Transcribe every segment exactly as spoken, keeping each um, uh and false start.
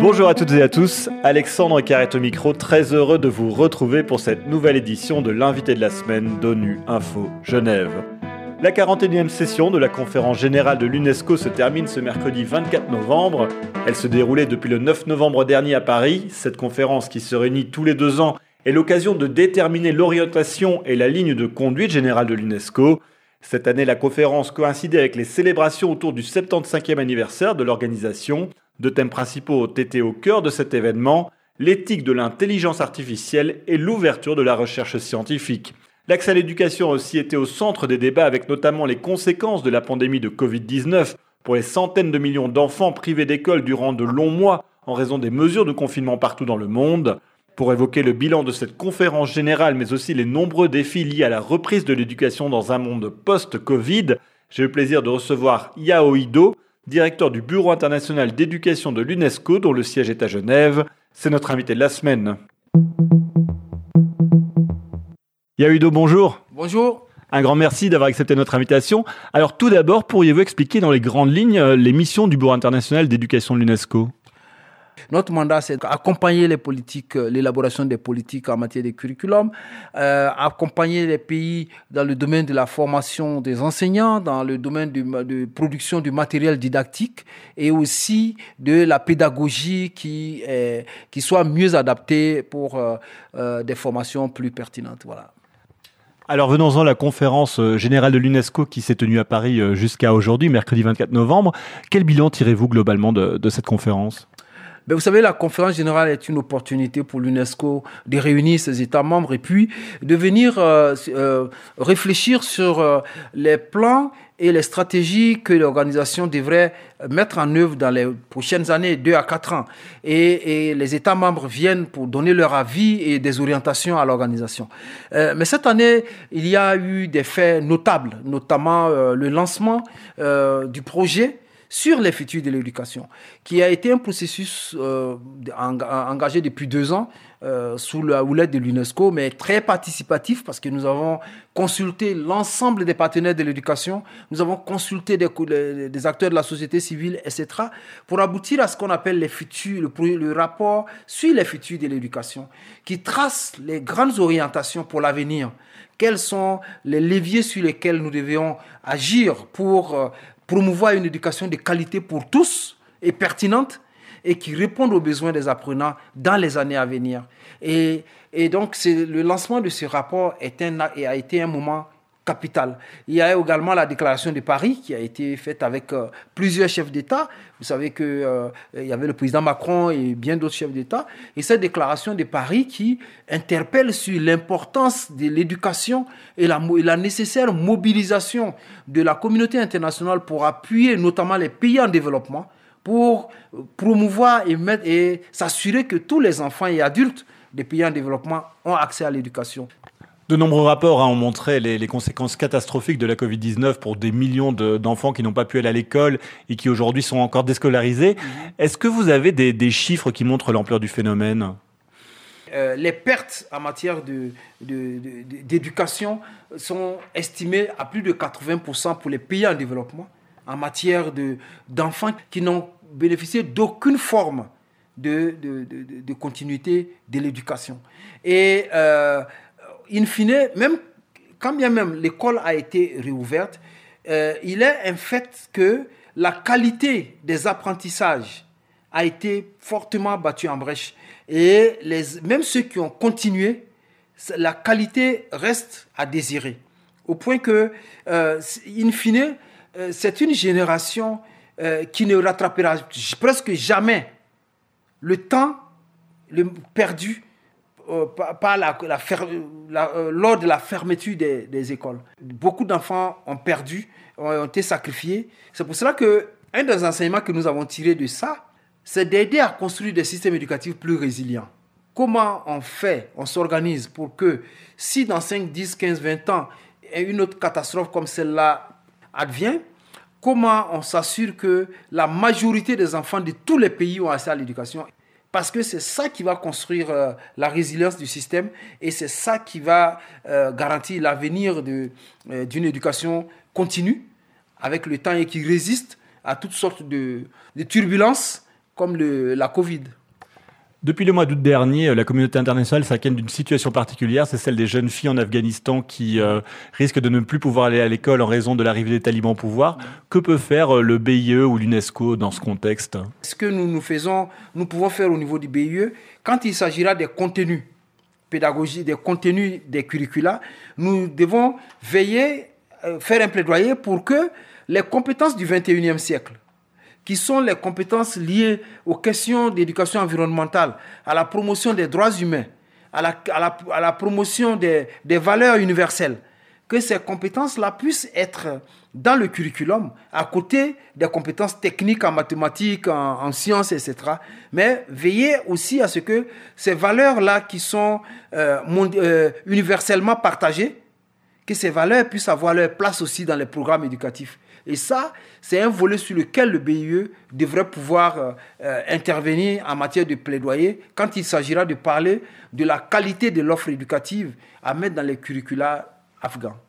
Bonjour à toutes et à tous, Alexandre Carrette au micro, très heureux de vous retrouver pour cette nouvelle édition de l'invité de la semaine d'ONU Info Genève. La quarante et unième session de la conférence générale de l'UNESCO se termine ce mercredi vingt-quatre novembre. Elle se déroulait depuis le neuf novembre dernier à Paris. Cette conférence qui se réunit tous les deux ans est l'occasion de déterminer l'orientation et la ligne de conduite générale de l'UNESCO. Cette année, la conférence coïncidait avec les célébrations autour du septantacinquième anniversaire de l'organisation. Deux thèmes principaux étaient au cœur de cet événement, l'éthique de l'intelligence artificielle et l'ouverture de la recherche scientifique. L'accès à l'éducation a aussi été au centre des débats avec notamment les conséquences de la pandémie de covid dix-neuf pour les centaines de millions d'enfants privés d'école durant de longs mois en raison des mesures de confinement partout dans le monde. Pour évoquer le bilan de cette conférence générale, mais aussi les nombreux défis liés à la reprise de l'éducation dans un monde post-Covid, j'ai le plaisir de recevoir Yao Ido, directeur du Bureau international d'éducation de l'UNESCO, dont le siège est à Genève. C'est notre invité de la semaine. Yao Ido, bonjour. Bonjour. Un grand merci d'avoir accepté notre invitation. Alors tout d'abord, pourriez-vous expliquer dans les grandes lignes les missions du Bureau international d'éducation de l'UNESCO ? Notre mandat, c'est d'accompagner les politiques, l'élaboration des politiques en matière de curriculum, euh, accompagner les pays dans le domaine de la formation des enseignants, dans le domaine de, de production du matériel didactique et aussi de la pédagogie qui, est, qui soit mieux adaptée pour euh, euh, des formations plus pertinentes. Voilà. Alors venons-en à la conférence générale de l'UNESCO qui s'est tenue à Paris jusqu'à aujourd'hui, mercredi vingt-quatre novembre. Quel bilan tirez-vous globalement de, de cette conférence ? Ben vous savez, la conférence générale est une opportunité pour l'UNESCO de réunir ses États membres et puis de venir euh, euh, réfléchir sur euh, les plans et les stratégies que l'organisation devrait mettre en œuvre dans les prochaines années, deux à quatre ans. Et, et les États membres viennent pour donner leur avis et des orientations à l'organisation. Euh, mais cette année, il y a eu des faits notables, notamment euh, le lancement euh, du projet sur les futurs de l'éducation, qui a été un processus euh, engagé depuis deux ans euh, sous la houlette de l'UNESCO, mais très participatif parce que nous avons consulté l'ensemble des partenaires de l'éducation, nous avons consulté des, des, des acteurs de la société civile, et cetera, pour aboutir à ce qu'on appelle les futurs, le, le rapport sur les futurs de l'éducation, qui trace les grandes orientations pour l'avenir. Quels sont les leviers sur lesquels nous devions agir pour euh, promouvoir une éducation de qualité pour tous et pertinente et qui réponde aux besoins des apprenants dans les années à venir. Et, et donc, c'est, le lancement de ce rapport est un, a été un moment capital. Il y a également la déclaration de Paris qui a été faite avec euh, plusieurs chefs d'État. Vous savez qu'il euh, y avait le président Macron et bien d'autres chefs d'État. Et cette déclaration de Paris qui interpelle sur l'importance de l'éducation et la, et la nécessaire mobilisation de la communauté internationale pour appuyer notamment les pays en développement, pour promouvoir et, mettre, et s'assurer que tous les enfants et adultes des pays en développement ont accès à l'éducation. De nombreux rapports hein, ont montré les, les conséquences catastrophiques de la covid dix-neuf pour des millions de, d'enfants qui n'ont pas pu aller à l'école et qui aujourd'hui sont encore déscolarisés. Mmh. Est-ce que vous avez des, des chiffres qui montrent l'ampleur du phénomène ? Euh, les pertes en matière de, de, de, d'éducation sont estimées à plus de quatre-vingts pour cent pour les pays en développement, en matière de, d'enfants qui n'ont bénéficié d'aucune forme de, de, de, de continuité de l'éducation. Et euh, in fine, même, quand bien même l'école a été réouverte, euh, il est un fait que la qualité des apprentissages a été fortement battue en brèche. Et les, même ceux qui ont continué, la qualité reste à désirer. Au point que, euh, in fine, euh, c'est une génération euh, qui ne rattrapera presque jamais le temps le perdu Euh, par la, la fer, la, euh, lors de la fermeture des, des écoles. Beaucoup d'enfants ont perdu, ont, ont été sacrifiés. C'est pour cela qu'un des enseignements que nous avons tirés de ça, c'est d'aider à construire des systèmes éducatifs plus résilients. Comment on fait, on s'organise pour que si dans cinq, dix, quinze, vingt ans, une autre catastrophe comme celle-là advient, comment on s'assure que la majorité des enfants de tous les pays ont accès à l'éducation ? Parce que c'est ça qui va construire euh, la résilience du système et c'est ça qui va euh, garantir l'avenir de, euh, d'une éducation continue avec le temps et qui résiste à toutes sortes de, de turbulences comme le, la Covid. Depuis le mois d'août dernier, la communauté internationale s'inquiète d'une situation particulière, c'est celle des jeunes filles en Afghanistan qui euh, risquent de ne plus pouvoir aller à l'école en raison de l'arrivée des talibans au pouvoir. Que peut faire le B I E ou l'UNESCO dans ce contexte ? Ce que nous, nous faisons, nous pouvons faire au niveau du B I E, quand il s'agira des contenus pédagogiques, des contenus des curricula, nous devons veiller, euh, faire un plaidoyer pour que les compétences du vingt et unième siècle, qui sont les compétences liées aux questions d'éducation environnementale, à la promotion des droits humains, à la, à la, à la promotion des, des valeurs universelles, que ces compétences-là puissent être dans le curriculum, à côté des compétences techniques en mathématiques, en, en sciences, et cetera. Mais veiller aussi à ce que ces valeurs-là qui sont euh, mond- euh, universellement partagées, que ces valeurs puissent avoir leur place aussi dans les programmes éducatifs. Et ça, c'est un volet sur lequel le B I E devrait pouvoir euh, euh, intervenir en matière de plaidoyer quand il s'agira de parler de la qualité de l'offre éducative à mettre dans les curricula afghans.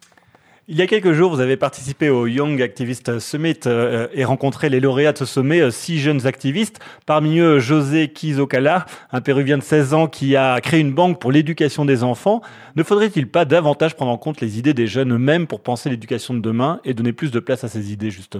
Il y a quelques jours, vous avez participé au Young Activist Summit euh, et rencontré les lauréats de ce sommet, euh, six jeunes activistes. Parmi eux, José Quizocala, un Péruvien de seize ans qui a créé une banque pour l'éducation des enfants. Ne faudrait-il pas davantage prendre en compte les idées des jeunes eux-mêmes pour penser l'éducation de demain et donner plus de place à ces idées, justement ?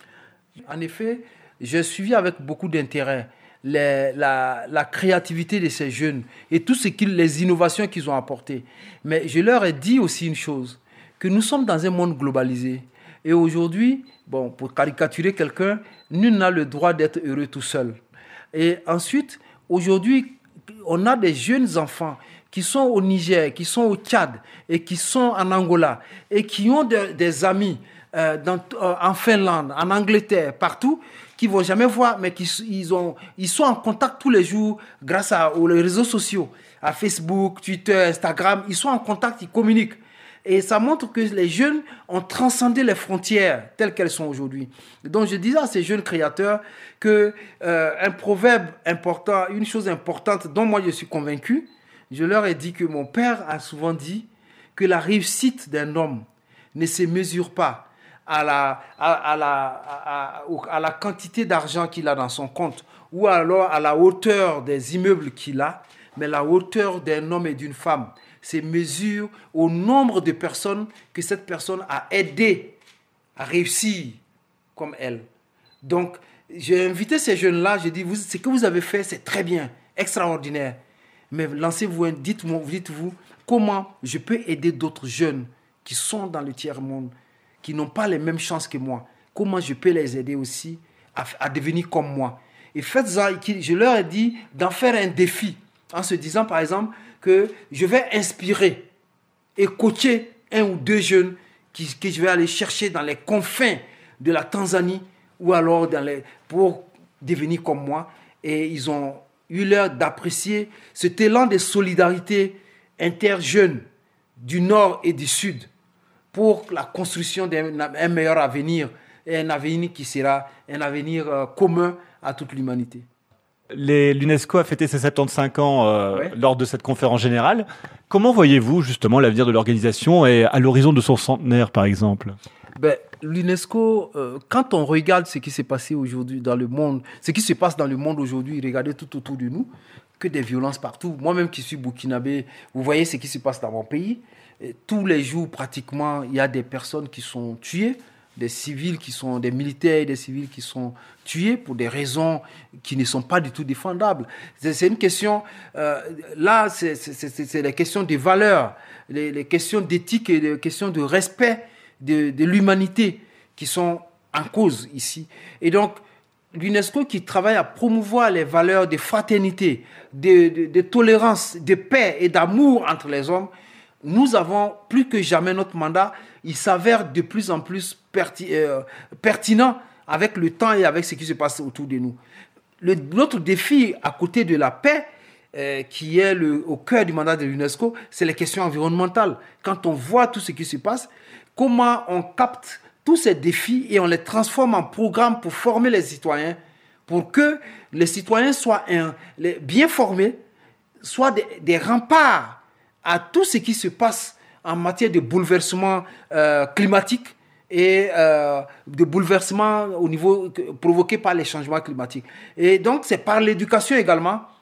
En effet, j'ai suivi avec beaucoup d'intérêt les, la, la créativité de ces jeunes et tout ce qu'ils, les innovations qu'ils ont apportées. Mais je leur ai dit aussi une chose, que nous sommes dans un monde globalisé. Et aujourd'hui, bon, pour caricaturer quelqu'un, nul n'a le droit d'être heureux tout seul. Et ensuite, aujourd'hui, on a des jeunes enfants qui sont au Niger, qui sont au Tchad et qui sont en Angola et qui ont de, des amis euh, dans, euh, en Finlande, en Angleterre, partout, qui ne vont jamais voir, mais qui ils ont, ils sont en contact tous les jours grâce à, aux réseaux sociaux, à Facebook, Twitter, Instagram. Ils sont en contact, ils communiquent. Et ça montre que les jeunes ont transcendé les frontières telles qu'elles sont aujourd'hui. Donc je disais à ces jeunes créateurs qu'un euh, proverbe important, une chose importante dont moi je suis convaincu, je leur ai dit que mon père a souvent dit que la réussite d'un homme ne se mesure pas à la, à, à la, à, à, à la quantité d'argent qu'il a dans son compte ou alors à la hauteur des immeubles qu'il a, mais la hauteur d'un homme et d'une femme. Se mesure au nombre de personnes que cette personne a aidé à réussir comme elle. Donc, j'ai invité ces jeunes-là, j'ai dit, vous, ce que vous avez fait, c'est très bien, extraordinaire. Mais lancez-vous, dites-moi, dites-vous, comment je peux aider d'autres jeunes qui sont dans le tiers-monde, qui n'ont pas les mêmes chances que moi. Comment je peux les aider aussi à, à devenir comme moi. Et faites ça, je leur ai dit d'en faire un défi, en se disant, par exemple, que je vais inspirer et coacher un ou deux jeunes qui, que je vais aller chercher dans les confins de la Tanzanie ou alors dans les, pour devenir comme moi. Et ils ont eu l'air d'apprécier cet élan de solidarité interjeune du Nord et du Sud pour la construction d'un meilleur avenir et un avenir qui sera un avenir euh, commun à toute l'humanité. Les, L'UNESCO a fêté ses soixante-quinze ans euh, ouais. lors de cette conférence générale. Comment voyez-vous justement l'avenir de l'organisation et à l'horizon de son centenaire, par exemple ? Ben, l'UNESCO, euh, quand on regarde ce qui s'est passé aujourd'hui dans le monde, ce qui se passe dans le monde aujourd'hui, regardez tout autour de nous, que des violences partout. Moi-même qui suis burkinabé, vous voyez ce qui se passe dans mon pays. Et tous les jours, pratiquement, il y a des personnes qui sont tuées, des civils qui sont, des militaires et des civils qui sont tués pour des raisons qui ne sont pas du tout défendables. C'est, c'est une question, euh, là, c'est, c'est, c'est, c'est les questions de valeurs, les, les questions d'éthique et les questions de respect de, de l'humanité qui sont en cause ici. Et donc, l'UNESCO qui travaille à promouvoir les valeurs de fraternité, de, de, de tolérance, de paix et d'amour entre les hommes, nous avons plus que jamais notre mandat, il s'avère de plus en plus perti- euh, pertinent avec le temps et avec ce qui se passe autour de nous. Le, notre défi à côté de la paix, euh, qui est le, au cœur du mandat de l'UNESCO, c'est les questions environnementales. Quand on voit tout ce qui se passe, comment on capte tous ces défis et on les transforme en programme pour former les citoyens, pour que les citoyens soient un, les, bien formés, soient des, des remparts à tout ce qui se passe en matière de bouleversement euh, climatique et euh, de bouleversement au niveau provoqué par les changements climatiques. Et donc, c'est par l'éducation également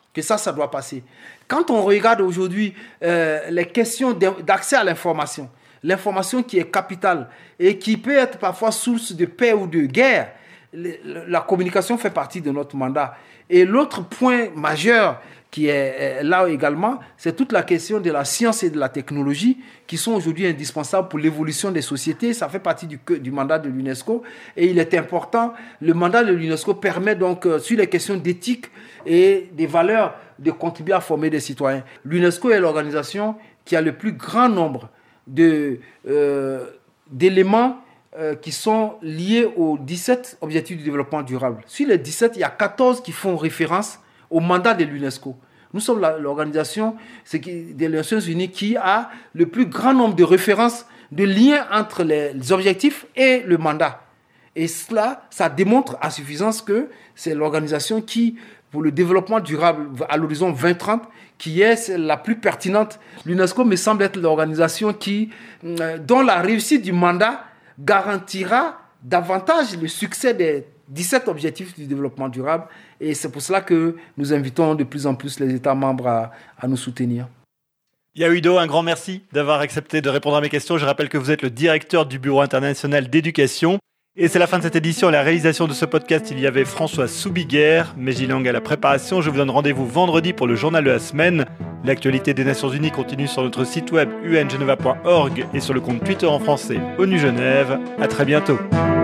que ça, ça doit passer. Quand on regarde aujourd'hui euh, les questions d'accès à l'information, l'information qui est capitale et qui peut être parfois source de paix ou de guerre, la communication fait partie de notre mandat. Et l'autre point majeur qui est là également, c'est toute la question de la science et de la technologie qui sont aujourd'hui indispensables pour l'évolution des sociétés. Ça fait partie du, du mandat de l'UNESCO et il est important. Le mandat de l'UNESCO permet donc, euh, sur les questions d'éthique et des valeurs, de contribuer à former des citoyens. L'UNESCO est l'organisation qui a le plus grand nombre de, euh, d'éléments euh, qui sont liés aux dix-sept objectifs du développement durable. Sur les dix-sept, il y a quatorze qui font référence au mandat de l'UNESCO. Nous sommes la, l'organisation des Nations Unies qui a le plus grand nombre de références, de liens entre les, les objectifs et le mandat. Et cela, ça démontre à suffisance que c'est l'organisation qui, pour le développement durable à l'horizon vingt trente, qui est la plus pertinente. L'UNESCO me semble être l'organisation qui, euh, dont la réussite du mandat garantira davantage le succès des dix-sept objectifs du développement durable. Et c'est pour cela que nous invitons de plus en plus les États membres à, à nous soutenir. Yahuido, un grand merci d'avoir accepté de répondre à mes questions. Je rappelle que vous êtes le directeur du Bureau international d'éducation. Et c'est la fin de cette édition. À la réalisation de ce podcast, il y avait François Soubiguerre, Mejilang à la préparation. Je vous donne rendez-vous vendredi pour le journal de la semaine. L'actualité des Nations Unies continue sur notre site web u n geneva point org et sur le compte Twitter en français ONU Genève. À très bientôt.